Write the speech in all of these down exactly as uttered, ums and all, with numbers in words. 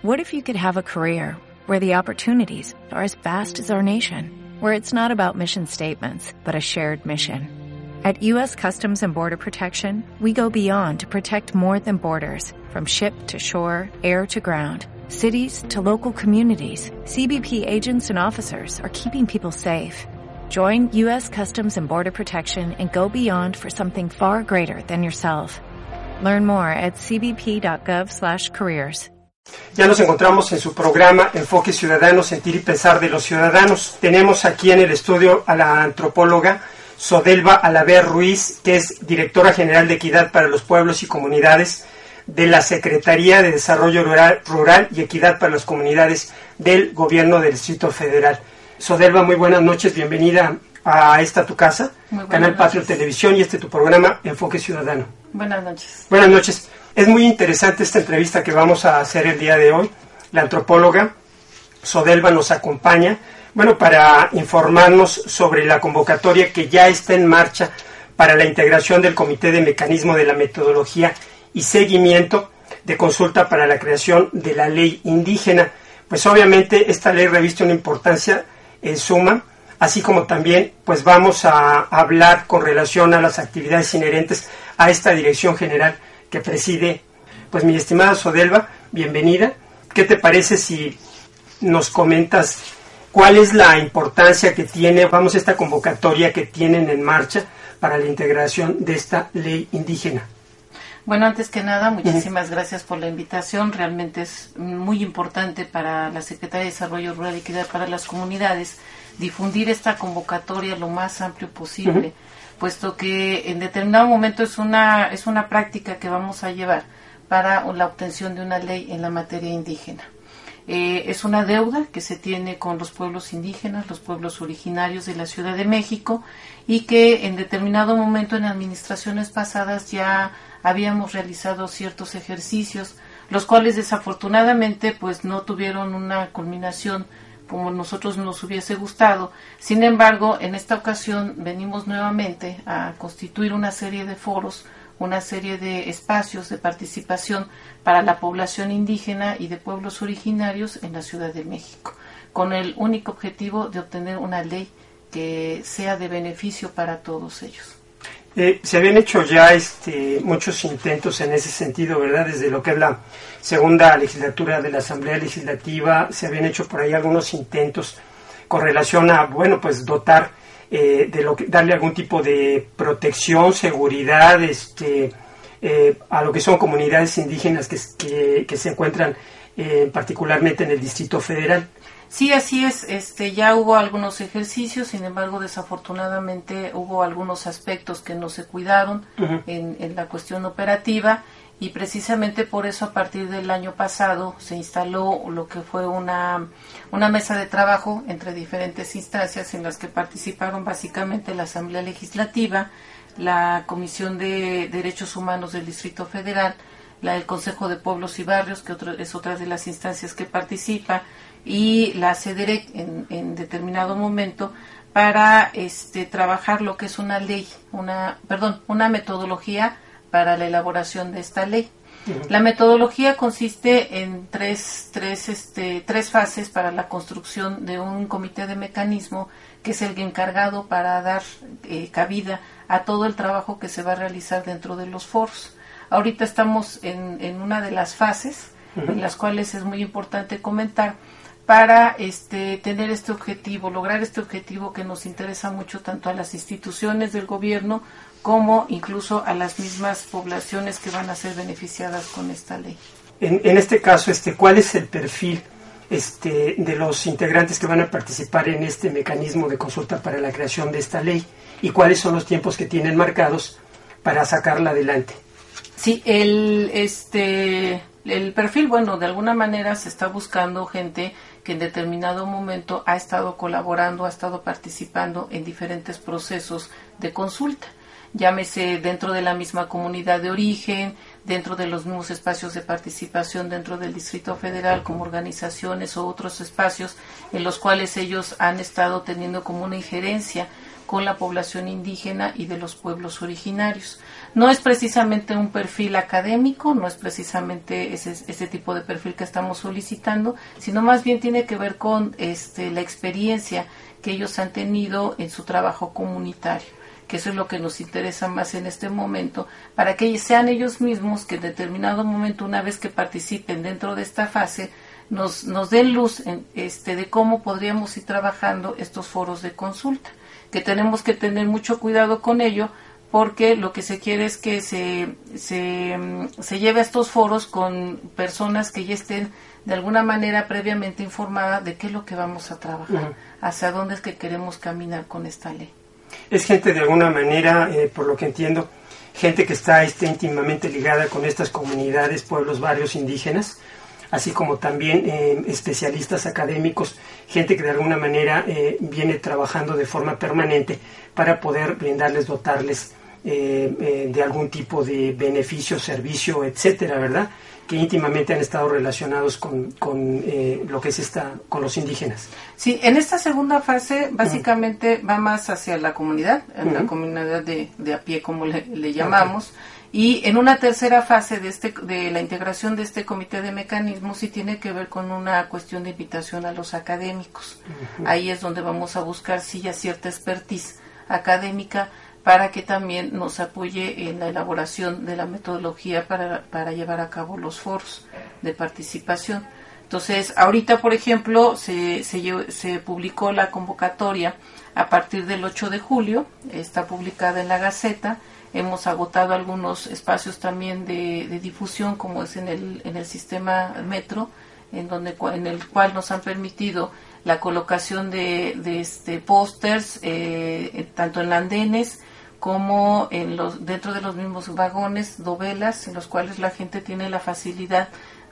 What if you could have a career where the opportunities are as vast as our nation, where it's not about mission statements, but a shared mission? At U S Customs and Border Protection, we go beyond to protect more than borders, from ship to shore, air to ground, cities to local communities. C B P agents and officers are keeping people safe. Join U S Customs and Border Protection and go beyond for something far greater than yourself. Learn more at c b p dot gov slash careers. Ya nos encontramos en su programa Enfoque Ciudadano, Sentir y Pensar de los Ciudadanos. Tenemos aquí en el estudio a la antropóloga Sodelva Alaver Ruiz, que es directora general de Equidad para los Pueblos y Comunidades de la Secretaría de Desarrollo Rural, Rural y Equidad para las Comunidades del Gobierno del Distrito Federal. Sodelva, muy buenas noches, bienvenida a esta tu casa, Canal Patrio Televisión, y este tu programa Enfoque Ciudadano. Buenas noches. Buenas noches. Es muy interesante esta entrevista que vamos a hacer el día de hoy. La antropóloga Sodelva nos acompaña, bueno, para informarnos sobre la convocatoria que ya está en marcha para la integración del Comité de Mecanismo de la Metodología y Seguimiento de Consulta para la creación de la Ley Indígena. Pues obviamente esta ley reviste una importancia en suma, así como también pues vamos a hablar con relación a las actividades inherentes a esta Dirección General que preside. Pues mi estimada Sodelva, bienvenida. ¿Qué te parece si nos comentas cuál es la importancia que tiene, vamos, esta convocatoria que tienen en marcha para la integración de esta ley indígena? Bueno, antes que nada, muchísimas uh-huh. gracias por la invitación. Realmente es muy importante para la Secretaría de Desarrollo Rural y Equidad para las Comunidades difundir esta convocatoria lo más amplio posible, uh-huh. puesto que en determinado momento es una, es una práctica que vamos a llevar para la obtención de una ley en la materia indígena. Eh, es una deuda que se tiene con los pueblos indígenas, los pueblos originarios de la Ciudad de México, y que en determinado momento en administraciones pasadas ya habíamos realizado ciertos ejercicios, los cuales desafortunadamente pues no tuvieron una culminación como nosotros nos hubiese gustado. Sin embargo, en esta ocasión venimos nuevamente a constituir una serie de foros, una serie de espacios de participación para la población indígena y de pueblos originarios en la Ciudad de México, con el único objetivo de obtener una ley que sea de beneficio para todos ellos. Eh, se habían hecho ya este, muchos intentos en ese sentido, ¿verdad? Desde lo que es la segunda legislatura de la Asamblea Legislativa, se habían hecho por ahí algunos intentos con relación a, bueno, pues dotar eh, de lo que, darle algún tipo de protección, seguridad, este, eh, a lo que son comunidades indígenas que, que, que se encuentran eh, particularmente en el Distrito Federal. Sí, así es. Este, ya hubo algunos ejercicios, sin embargo, desafortunadamente hubo algunos aspectos que no se cuidaron uh-huh. en, en la cuestión operativa, y precisamente por eso a partir del año pasado se instaló lo que fue una, una mesa de trabajo entre diferentes instancias en las que participaron básicamente la Asamblea Legislativa, la Comisión de Derechos Humanos del Distrito Federal, la del Consejo de Pueblos y Barrios, que otro, es otra de las instancias que participa, y la CEDEREC en, en determinado momento para este trabajar lo que es una ley, una perdón, una metodología para la elaboración de esta ley. Uh-huh. La metodología consiste en tres, tres, este, tres fases para la construcción de un comité de mecanismo que es el encargado para dar eh, cabida a todo el trabajo que se va a realizar dentro de los foros. Ahorita estamos en, en una de las fases, uh-huh. en las cuales es muy importante comentar para este, tener este objetivo, lograr este objetivo que nos interesa mucho tanto a las instituciones del gobierno como incluso a las mismas poblaciones que van a ser beneficiadas con esta ley. En, en este caso, este, ¿cuál es el perfil este, de los integrantes que van a participar en este mecanismo de consulta para la creación de esta ley? ¿Y cuáles son los tiempos que tienen marcados para sacarla adelante? Sí, el, este, el perfil, bueno, de alguna manera se está buscando gente que en determinado momento ha estado colaborando, ha estado participando en diferentes procesos de consulta. Llámese dentro de la misma comunidad de origen, dentro de los mismos espacios de participación dentro del Distrito Federal, como organizaciones o otros espacios en los cuales ellos han estado teniendo como una injerencia con la población indígena y de los pueblos originarios. No es precisamente un perfil académico, no es precisamente ese, ese tipo de perfil que estamos solicitando, sino más bien tiene que ver con este, la experiencia que ellos han tenido en su trabajo comunitario, que eso es lo que nos interesa más en este momento, para que sean ellos mismos que en determinado momento, una vez que participen dentro de esta fase, nos, nos den luz en, este, de cómo podríamos ir trabajando estos foros de consulta, que tenemos que tener mucho cuidado con ello, porque lo que se quiere es que se, se, se lleve a estos foros con personas que ya estén de alguna manera previamente informadas de qué es lo que vamos a trabajar, uh-huh. hacia dónde es que queremos caminar con esta ley. Es gente de alguna manera, eh, por lo que entiendo, gente que está este, íntimamente ligada con estas comunidades, pueblos, barrios indígenas, así como también eh, especialistas académicos, gente que de alguna manera eh, viene trabajando de forma permanente para poder brindarles, dotarles eh, eh, de algún tipo de beneficio, servicio, etcétera, ¿verdad? Que íntimamente han estado relacionados con, con eh, lo que es esta, con los indígenas. Sí, en esta segunda fase básicamente uh-huh. va más hacia la comunidad, en uh-huh. la comunidad de, de a pie, como le, le llamamos, okay. Y en una tercera fase de este de la integración de este comité de mecanismos sí tiene que ver con una cuestión de invitación a los académicos. Uh-huh. Ahí es donde vamos a buscar sí ya cierta expertise académica para que también nos apoye en la elaboración de la metodología para, para llevar a cabo los foros de participación. Entonces, ahorita, por ejemplo, se, se, se publicó la convocatoria a partir del ocho de julio, está publicada en la Gaceta. Hemos agotado algunos espacios también de, de difusión, como es en el, en el sistema Metro, en, donde, en el cual nos han permitido la colocación de, de este pósters, eh, tanto en andenes como en los, dentro de los mismos vagones, dovelas, en los cuales la gente tiene la facilidad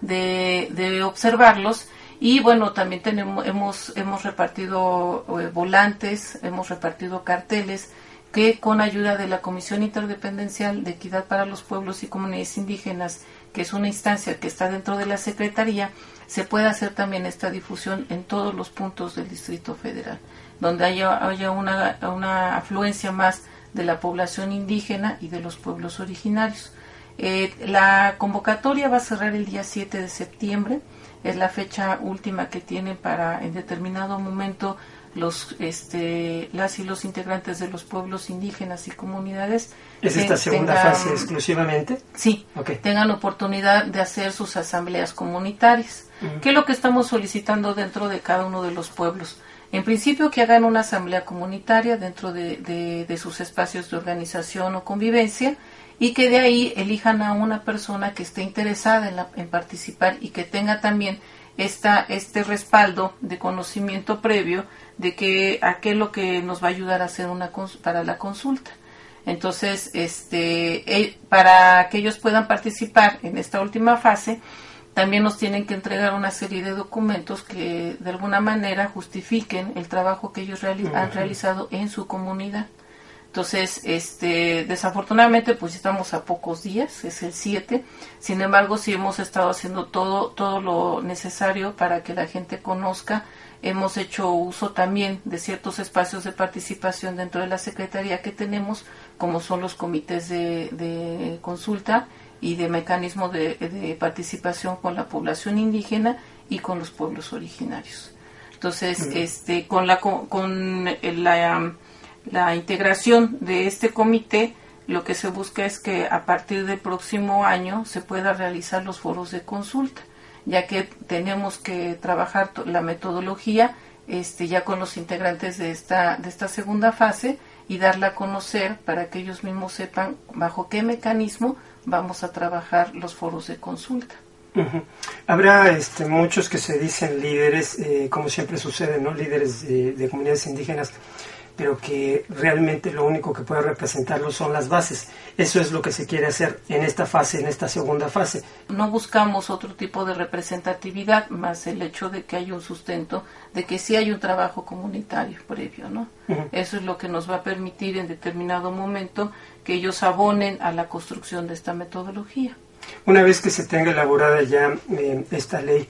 de, de observarlos. Y bueno, también tenemos, hemos, hemos repartido eh, volantes, hemos repartido carteles, que con ayuda de la Comisión Interdependencial de Equidad para los Pueblos y Comunidades Indígenas, que es una instancia que está dentro de la Secretaría, se puede hacer también esta difusión en todos los puntos del Distrito Federal, donde haya, haya una, una afluencia más de la población indígena y de los pueblos originarios. Eh, la convocatoria va a cerrar el día siete de septiembre, es la fecha última que tienen para en determinado momento los este las y los integrantes de los pueblos indígenas y comunidades. ¿Es esta segunda tengan, fase exclusivamente? Sí, okay. Tengan oportunidad de hacer sus asambleas comunitarias. Uh-huh. ¿Qué es lo que estamos solicitando dentro de cada uno de los pueblos? En principio, que hagan una asamblea comunitaria dentro de, de, de sus espacios de organización o convivencia, y que de ahí elijan a una persona que esté interesada en, la, en participar y que tenga también esta, este respaldo de conocimiento previo de que a qué es lo que nos va a ayudar a hacer una para la consulta. Entonces, este, eh, para que ellos puedan participar en esta última fase, también nos tienen que entregar una serie de documentos que de alguna manera justifiquen el trabajo que ellos reali- uh-huh. han realizado en su comunidad. Entonces, este, desafortunadamente, pues estamos a pocos días, es el siete. Sin embargo, sí hemos estado haciendo todo, todo lo necesario para que la gente conozca. Hemos hecho uso también de ciertos espacios de participación dentro de la Secretaría que tenemos, como son los comités de, de consulta y de mecanismo de, de participación con la población indígena y con los pueblos originarios. Entonces, mm. este, con la, con, con la La integración de este comité, lo que se busca es que a partir del próximo año se pueda realizar los foros de consulta, ya que tenemos que trabajar la metodología este, ya con los integrantes de esta, de esta segunda fase y darla a conocer para que ellos mismos sepan bajo qué mecanismo vamos a trabajar los foros de consulta. Uh-huh. Habrá este, muchos que se dicen líderes, eh, como siempre sucede, ¿no? Líderes de, de comunidades indígenas, pero que realmente lo único que puede representarlo son las bases. Eso es lo que se quiere hacer en esta fase, en esta segunda fase. No buscamos otro tipo de representatividad, más el hecho de que haya un sustento, de que sí hay un trabajo comunitario previo, ¿no? Uh-huh. Eso es lo que nos va a permitir en determinado momento que ellos abonen a la construcción de esta metodología. Una vez que se tenga elaborada ya eh, esta ley,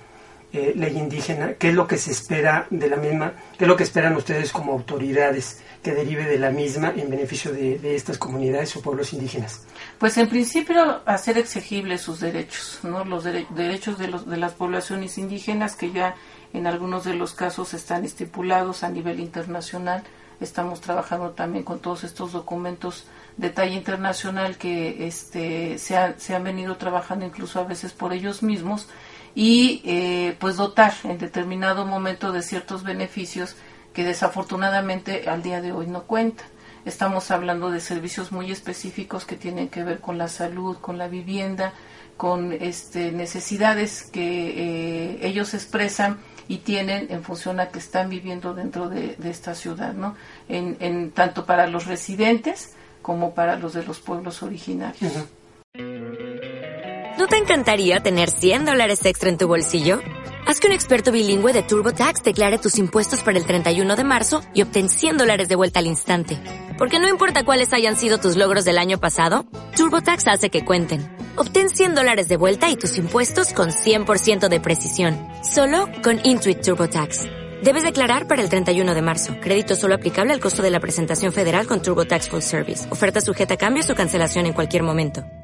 eh, ley indígena, qué es lo que se espera de la misma, qué es lo que esperan ustedes como autoridades que derive de la misma en beneficio de, de estas comunidades o pueblos indígenas. Pues en principio hacer exigibles sus derechos, ¿no? Los dere- derechos de, los, de las poblaciones indígenas que ya en algunos de los casos están estipulados a nivel internacional. Estamos trabajando también con todos estos documentos de talla internacional que este, se, ha, se han venido trabajando incluso a veces por ellos mismos y eh, pues dotar en determinado momento de ciertos beneficios que desafortunadamente al día de hoy no cuentan. Estamos hablando de servicios muy específicos que tienen que ver con la salud, con la vivienda, con este, necesidades que eh, ellos expresan y tienen en función a que están viviendo dentro de, de esta ciudad, ¿no? En, en tanto para los residentes como para los de los pueblos originarios. Uh-huh. ¿No te encantaría tener cien dólares extra en tu bolsillo? Haz que un experto bilingüe de TurboTax declare tus impuestos para el treinta y uno de marzo y obtén cien dólares de vuelta al instante. Porque no importa cuáles hayan sido tus logros del año pasado, TurboTax hace que cuenten. Obtén cien dólares de vuelta y tus impuestos con cien por ciento de precisión. Solo con Intuit TurboTax. Debes declarar para el treinta y uno de marzo. Crédito solo aplicable al costo de la presentación federal con TurboTax Full Service. Oferta sujeta a cambios o cancelación en cualquier momento.